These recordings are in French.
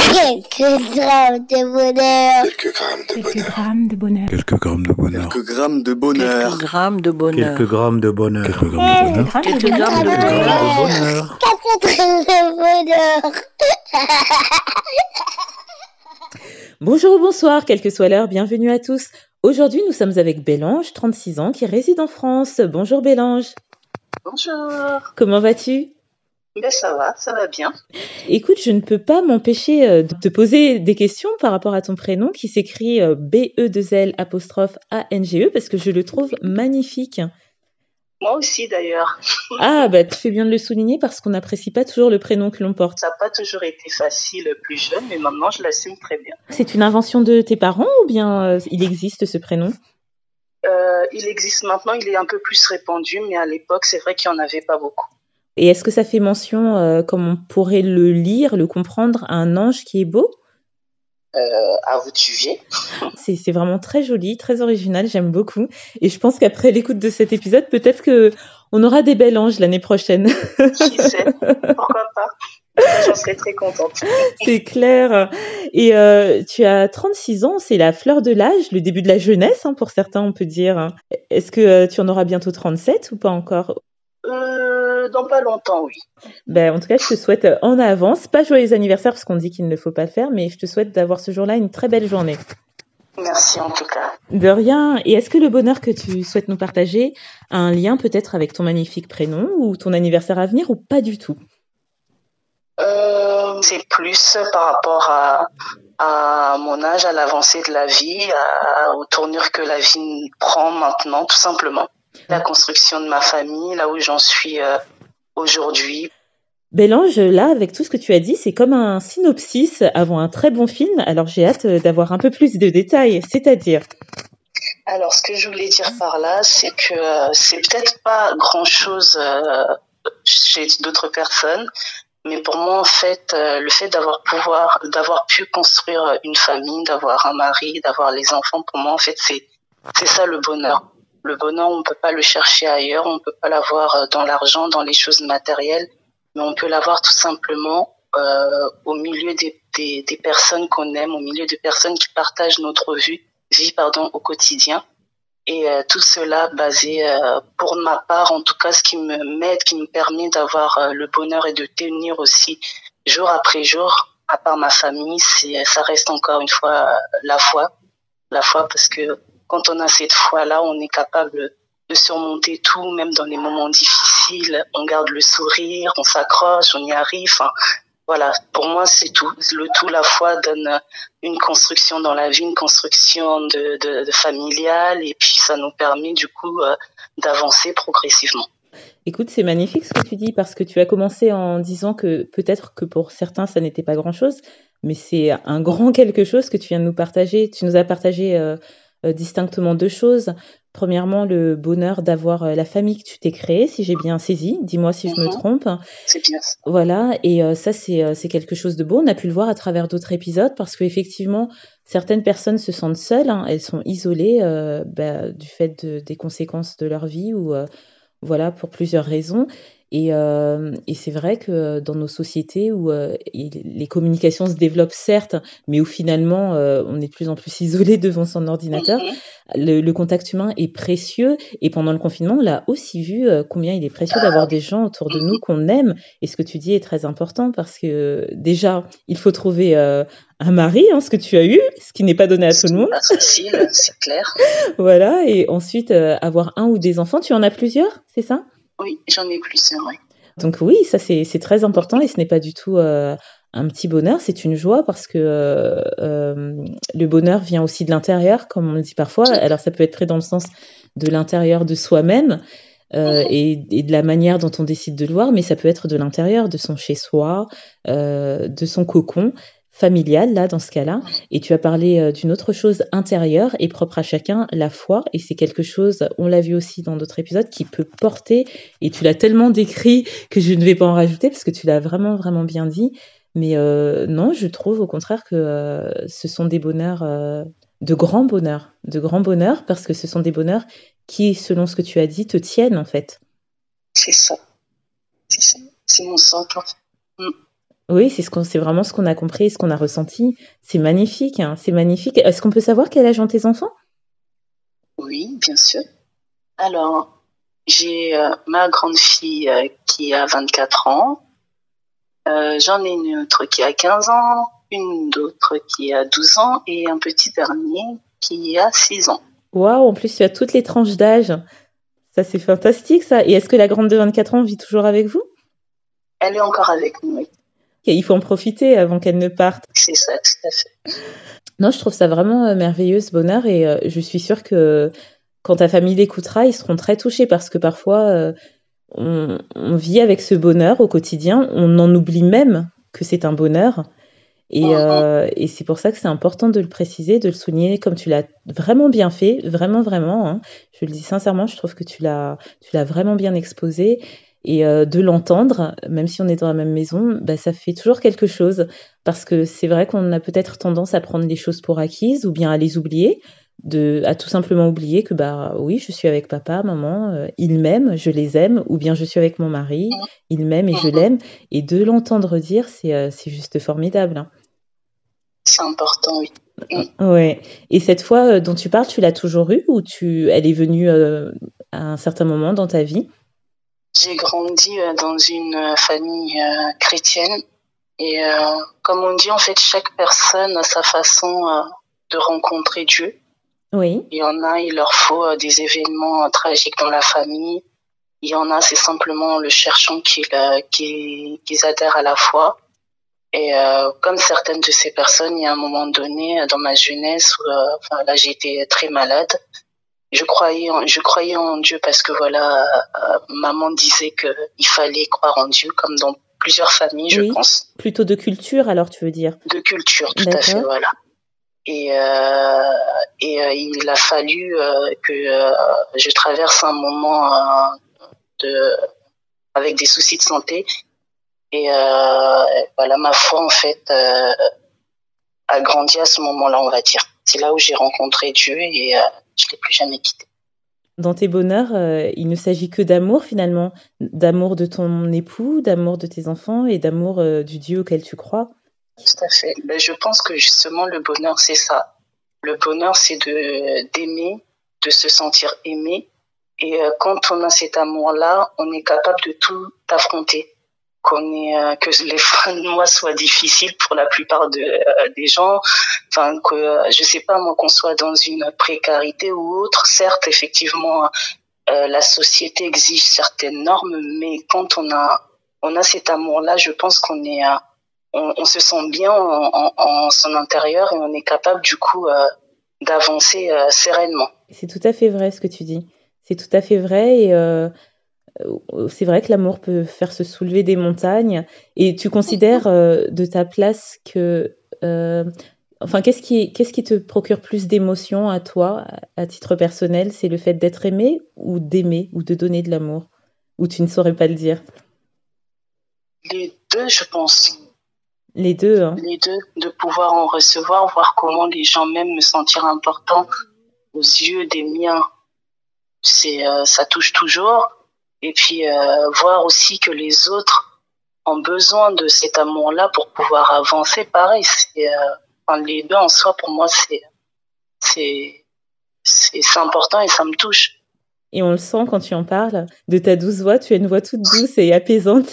Quelques grammes de bonheur. Quelques grammes de Quelques bonheur. grammes de bonheur. Quelques grammes de bonheur. Quelques grammes de bonheur. Quelques grammes de bonheur. Quelques grammes de bonheur. Quelques grammes de Quelques grammes de bonheur. 4 grammes de bonheur. Bonjour ou bonsoir, quelle que soit l'heure, bienvenue à tous. Aujourd'hui, nous sommes avec Bélange, 36 ans, qui réside en France. Bonjour Bélange. Bonjour. Comment vas-tu ? Ben ça va bien. Écoute, je ne peux pas m'empêcher de te poser des questions par rapport à ton prénom qui s'écrit B-E-2-L''A-N-G-E parce que je le trouve magnifique. Moi aussi d'ailleurs. Ah, bah tu fais bien de le souligner parce qu'on n'apprécie pas toujours le prénom que l'on porte. Ça n'a pas toujours été facile plus jeune, mais maintenant je l'assume très bien. C'est une invention de tes parents ou bien il existe ce prénom ? Il existe maintenant, il est un peu plus répandu, mais à l'époque c'est vrai qu'il n'y en avait pas beaucoup. Et est-ce que ça fait mention, comme on pourrait le lire, le comprendre, à un ange qui est beau ? À vous de juger. C'est vraiment très joli, très original, j'aime beaucoup. Et je pense qu'après l'écoute de cet épisode, peut-être qu'on aura des belles anges l'année prochaine. Qui sait ? Pourquoi pas ? J'en serais très contente. C'est clair. Et tu as 36 ans, c'est la fleur de l'âge, le début de la jeunesse, hein, pour certains, on peut dire. Est-ce que tu en auras bientôt 37 ou pas encore ? Dans pas longtemps, oui. Ben, en tout cas, je te souhaite en avance, pas joyeux anniversaire parce qu'on dit qu'il ne faut pas le faire, mais je te souhaite d'avoir ce jour-là une très belle journée. Merci en tout cas. De rien. Et est-ce que le bonheur que tu souhaites nous partager a un lien peut-être avec ton magnifique prénom ou ton anniversaire à venir ou pas du tout ? C'est plus par rapport à mon âge, à l'avancée de la vie, aux tournures que la vie prend maintenant, tout simplement. La construction de ma famille, là où j'en suis aujourd'hui. Bélange, là, avec tout ce que tu as dit, c'est comme un synopsis avant un très bon film. Alors, j'ai hâte d'avoir un peu plus de détails, c'est-à-dire... Alors, ce que je voulais dire par là, c'est que c'est peut-être pas grand-chose chez d'autres personnes, mais pour moi, en fait, le fait d'avoir pu construire une famille, d'avoir un mari, d'avoir les enfants, pour moi, en fait, c'est ça le bonheur. Le bonheur, on ne peut pas le chercher ailleurs, on ne peut pas l'avoir dans l'argent, dans les choses matérielles, mais on peut l'avoir tout simplement au milieu des personnes qu'on aime, au milieu de personnes qui partagent notre vie au quotidien. Et tout cela basé, pour ma part, en tout cas, ce qui m'aide, qui me permet d'avoir le bonheur et de tenir aussi jour après jour, à part ma famille, ça reste encore une fois la foi parce que quand on a cette foi-là, on est capable de surmonter tout, même dans les moments difficiles. On garde le sourire, on s'accroche, on y arrive. Enfin, voilà, pour moi, c'est tout. Le tout, la foi donne une construction dans la vie, une construction de familiale, et puis ça nous permet du coup d'avancer progressivement. Écoute, c'est magnifique ce que tu dis, parce que tu as commencé en disant que peut-être que pour certains, ça n'était pas grand-chose, mais c'est un grand quelque chose que tu viens de nous partager. Tu nous as partagé distinctement deux choses. Premièrement, le bonheur d'avoir la famille que tu t'es créée, si j'ai bien saisi. Dis-moi si je me trompe. C'est bien ça. Voilà, et ça, c'est quelque chose de beau. On a pu le voir à travers d'autres épisodes parce qu'effectivement, certaines personnes se sentent seules, hein, elles sont isolées du fait des conséquences de leur vie ou voilà, pour plusieurs raisons. Et c'est vrai que dans nos sociétés où les communications se développent certes, mais où finalement on est de plus en plus isolé devant son ordinateur, le contact humain est précieux. Et pendant le confinement, on l'a aussi vu combien il est précieux d'avoir des gens autour de nous qu'on aime. Et ce que tu dis est très important parce que déjà, il faut trouver un mari, hein, ce que tu as eu, ce qui n'est pas donné à tout le monde. C'est pas facile, c'est clair. Voilà, et ensuite avoir un ou des enfants. Tu en as plusieurs, c'est ça ? Oui, j'en ai plusieurs, oui. Donc oui, ça c'est très important et ce n'est pas du tout un petit bonheur, c'est une joie parce que le bonheur vient aussi de l'intérieur, comme on le dit parfois. Alors ça peut être pris dans le sens de l'intérieur de soi-même et de la manière dont on décide de le voir, mais ça peut être de l'intérieur, de son chez-soi, de son cocon familial, là, dans ce cas-là. Et tu as parlé d'une autre chose intérieure et propre à chacun, la foi. Et c'est quelque chose, on l'a vu aussi dans d'autres épisodes, qui peut porter, et tu l'as tellement décrit que je ne vais pas en rajouter parce que tu l'as vraiment, vraiment bien dit. Mais non, je trouve au contraire que ce sont des bonheurs, de grands bonheurs, parce que ce sont des bonheurs qui, selon ce que tu as dit, te tiennent en fait. C'est ça. C'est mon centre. Oui, c'est vraiment ce qu'on a compris, ce qu'on a ressenti. C'est magnifique, hein, c'est magnifique. Est-ce qu'on peut savoir quel âge ont tes enfants? Oui, bien sûr. Alors, j'ai ma grande fille qui a 24 ans. J'en ai une autre qui a 15 ans, une autre qui a 12 ans et un petit dernier qui a 6 ans. Waouh, en plus, tu as toutes les tranches d'âge. Ça, c'est fantastique, ça. Et est-ce que la grande de 24 ans vit toujours avec vous? Elle est encore avec nous, oui. Et il faut en profiter avant qu'elle ne parte. C'est ça, tout à fait. Non, je trouve ça vraiment merveilleux, ce bonheur. Et je suis sûre que quand ta famille l'écoutera, ils seront très touchés parce que parfois, on vit avec ce bonheur au quotidien. On en oublie même que c'est un bonheur. Et c'est pour ça que c'est important de le préciser, de le souligner, comme tu l'as vraiment bien fait, vraiment, vraiment, hein. Je le dis sincèrement, je trouve que tu l'as vraiment bien exposé. Et de l'entendre, même si on est dans la même maison, bah, ça fait toujours quelque chose. Parce que c'est vrai qu'on a peut-être tendance à prendre les choses pour acquises ou bien à les oublier, à tout simplement oublier que bah oui, je suis avec papa, maman, ils m'aiment, je les aime, ou bien je suis avec mon mari, il m'aime et je l'aime. Et de l'entendre dire, c'est juste formidable, hein. C'est important, oui. Ouais. Et cette foi dont tu parles, tu l'as toujours eue ou elle est venue à un certain moment dans ta vie? J'ai grandi dans une famille chrétienne et comme on dit, en fait, chaque personne a sa façon de rencontrer Dieu. Oui. Il y en a, il leur faut des événements tragiques dans la famille. Il y en a, c'est simplement le cherchant qu'ils adhèrent à la foi. Et comme certaines de ces personnes, il y a un moment donné dans ma jeunesse où là j'étais très malade. Je croyais en Dieu parce que voilà, maman disait que il fallait croire en Dieu, comme dans plusieurs familles, je pense. Plutôt de culture, alors tu veux dire? De culture, tout à fait, voilà. Et il a fallu que je traverse un moment avec des soucis de santé. Et voilà, ma foi, en fait, a grandi à ce moment-là, on va dire. C'est là où j'ai rencontré Dieu et je ne l'ai plus jamais quitté. Dans tes bonheurs, il ne s'agit que d'amour, finalement. D'amour de ton époux, d'amour de tes enfants et d'amour du Dieu auquel tu crois. Tout à fait. Ben, je pense que justement, le bonheur, c'est ça. Le bonheur, c'est d'aimer, de se sentir aimé. Et quand on a cet amour-là, on est capable de tout affronter. Que les fins de mois soient difficiles pour la plupart des gens, enfin que je sais pas moi, qu'on soit dans une précarité ou autre. Certes, effectivement, la société exige certaines normes, mais quand on a cet amour-là, je pense qu'on est on se sent bien en son intérieur et on est capable du coup d'avancer sereinement. C'est tout à fait vrai ce que tu dis. C'est tout à fait vrai et c'est vrai que l'amour peut faire se soulever des montagnes. Et tu considères de ta place que... enfin, qu'est-ce qui te procure plus d'émotions à toi, à titre personnel? C'est le fait d'être aimé ou d'aimer ou de donner de l'amour? Ou tu ne saurais pas le dire? Les deux, je pense. Les deux, hein. Les deux, de pouvoir en recevoir, voir comment les gens m'aiment, me sentir important aux yeux des miens. Ça touche toujours. Et puis voir aussi que les autres ont besoin de cet amour-là pour pouvoir avancer. Pareil, les deux en soi, pour moi, c'est important et ça me touche. Et on le sent quand tu en parles. De ta douce voix, tu as une voix toute douce et apaisante.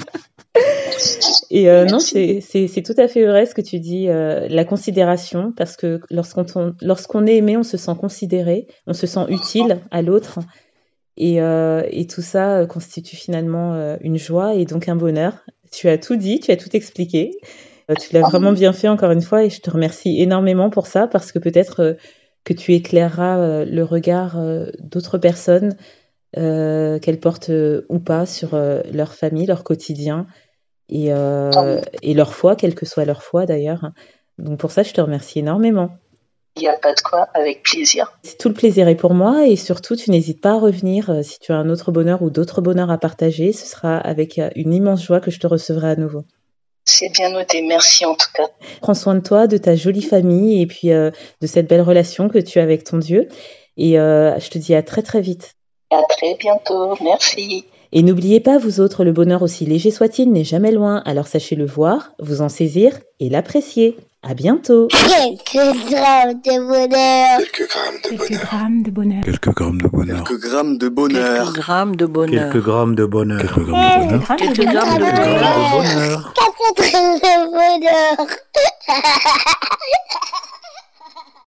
Et non, c'est tout à fait vrai ce que tu dis, la considération, parce que lorsqu'on est aimé, on se sent considéré, on se sent utile à l'autre. Et tout ça constitue finalement une joie et donc un bonheur. Tu as tout dit, tu as tout expliqué. Tu l'as vraiment bien fait encore une fois et je te remercie énormément pour ça parce que peut-être que tu éclaireras le regard d'autres personnes, qu'elles portent ou pas sur leur famille, leur quotidien et leur foi, quelle que soit leur foi d'ailleurs. Donc pour ça, je te remercie énormément. Il n'y a pas de quoi, avec plaisir. Tout le plaisir est pour moi et surtout, tu n'hésites pas à revenir si tu as un autre bonheur ou d'autres bonheurs à partager. Ce sera avec une immense joie que je te recevrai à nouveau. C'est bien noté, merci en tout cas. Prends soin de toi, de ta jolie famille et puis de cette belle relation que tu as avec ton Dieu. Et je te dis à très très vite. À très bientôt, merci. Et n'oubliez pas, vous autres, le bonheur aussi léger soit-il n'est jamais loin, alors sachez le voir, vous en saisir et l'apprécier. À bientôt. Quelques grammes de bonheur. Quelques grammes de bonheur. Quelques grammes de bonheur. Quelques grammes de bonheur. Quelques grammes de bonheur. Quelques grammes de bonheur. Quelques grammes de bonheur. Quelques grammes de bonheur. bonheur. 4 grammes de bonheur.